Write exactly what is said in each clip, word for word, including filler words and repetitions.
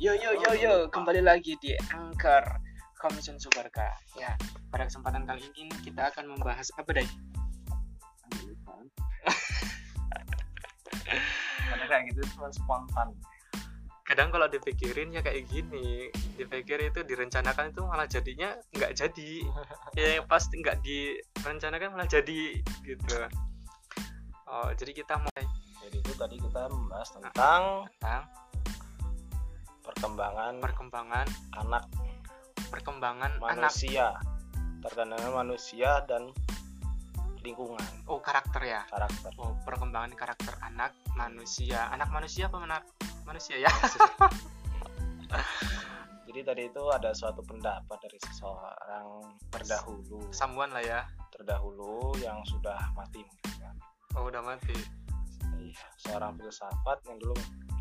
Yo yo yo yo, kembali lagi di Anchor Komisen Subarka. Ya, pada kesempatan kali ini kita akan membahas apa, Dai? Karena kayak gitu cuma spontan. Kadang kalau dipikirin ya kayak gini, dipikir itu direncanakan itu malah jadinya nggak jadi. Ya pasti nggak direncanakan malah jadi gitu. Oh, jadi kita mulai. Jadi itu tadi kita membahas tentang tentang perkembangan perkembangan anak perkembangan anak. manusia, terkadang manusia dan lingkungan, Oh, karakter ya. karakter. Oh, perkembangan karakter anak manusia. Anak manusia apa anak manusia ya? Jadi tadi itu ada suatu pendapat dari seseorang terdahulu, Samuan lah ya. terdahulu yang sudah mati mungkin kan. Oh, udah mati. Iya, seorang filsafat yang dulu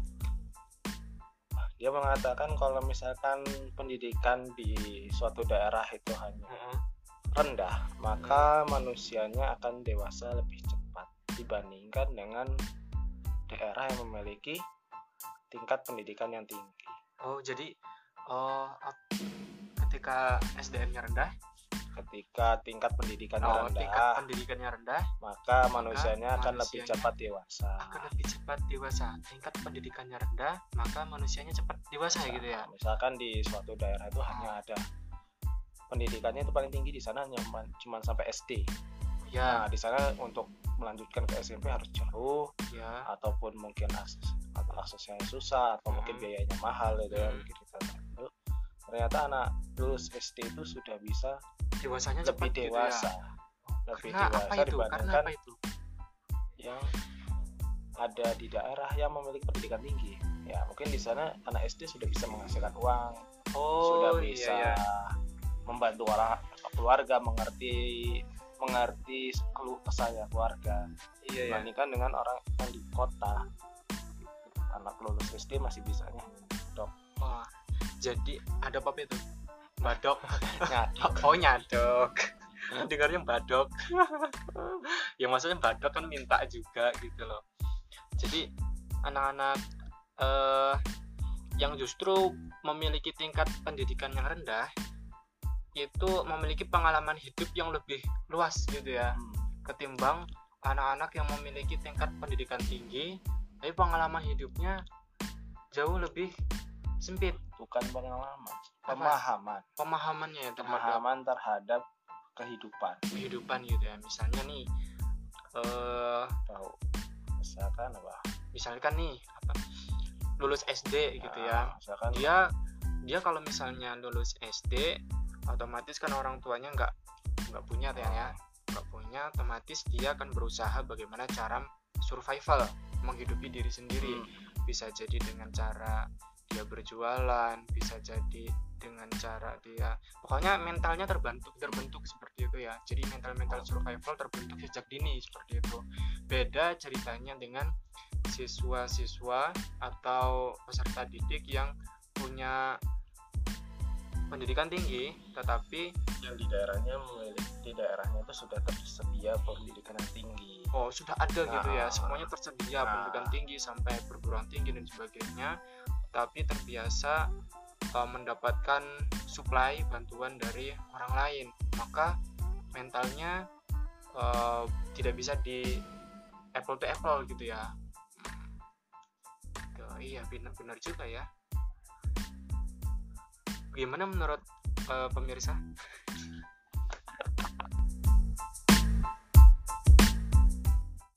dia mengatakan kalau misalkan pendidikan di suatu daerah itu hanya Heeh. rendah, maka manusianya akan dewasa lebih cepat dibandingkan dengan daerah yang memiliki tingkat pendidikan yang tinggi. Oh, jadi oh ap- ketika S D M-nya rendah, Ketika tingkat pendidikannya oh, tingkat rendah, pendidikannya rendah, maka manusianya akan lebih manusianya cepat dewasa. akan lebih cepat dewasa. Tingkat pendidikannya rendah, maka manusianya cepat dewasa ya gitu ya. Misalkan di suatu daerah itu hanya ada pendidikannya itu paling tinggi di sana hanya cuma sampai S D. Ya, Nah, di sana untuk melanjutkan ke S M P harus jauh, ya. ataupun mungkin akses atau aksesnya susah, atau mungkin Hmm. biayanya mahal gitu ya. Hmm. Mungkin di sana. Lalu, ternyata anak lulus S D itu sudah bisa Dewasanya lebih cepat gitu dewasa, ya. lebih Karena dewasa apa itu? Karena dibandingkan apa itu? yang ada di daerah yang memiliki pendidikan tinggi. Ya, mungkin di sana anak S D sudah bisa menghasilkan uang, Oh, sudah iya, bisa iya. membantu orang keluarga, mengerti mengerti keluh kesahnya keluarga. Iya, ya. Dibandingkan dengan orang yang di kota, anak lulus S D masih bisanya dok Wah, jadi ada apa itu? Badok. nyadok. Oh, nyadok. Dengarnya badok. Ya maksudnya badok kan minta juga gitu loh. Jadi anak-anak eh, yang justru memiliki tingkat pendidikan yang rendah itu memiliki pengalaman hidup yang lebih luas gitu ya, Hmm, ketimbang anak-anak yang memiliki tingkat pendidikan tinggi tapi pengalaman hidupnya jauh lebih sempit. bukan pengalaman, Apa? pemahaman, Pemahamannya ya terhadap pemahaman terhadap kehidupan. kehidupan gitu ya. Misalnya nih eh Tahu misalkan apa? misalkan nih apa lulus S D gitu ya. Nah, misalkan Dia dia kalau misalnya lulus S D otomatis kan orang tuanya nggak nggak punya ya, ya nggak punya, otomatis dia akan berusaha bagaimana cara survival, menghidupi diri sendiri. Hmm, Bisa jadi dengan cara dia berjualan, bisa jadi dengan cara dia pokoknya mentalnya terbentuk terbentuk seperti itu ya. Jadi mental mental survival terbentuk sejak dini seperti itu. Beda ceritanya dengan siswa-siswa atau peserta didik yang punya pendidikan tinggi tetapi yang di daerahnya memiliki di daerahnya itu sudah tersedia pendidikan yang tinggi. oh sudah ada gitu ya, Nah. semuanya tersedia, Nah. pendidikan tinggi sampai perguruan tinggi dan sebagainya, tapi terbiasa uh, mendapatkan suplai bantuan dari orang lain, maka mentalnya uh, tidak bisa di apple to apple gitu ya. Hmm. Oh, iya benar-benar juga ya. Gimana menurut uh, pemirsa?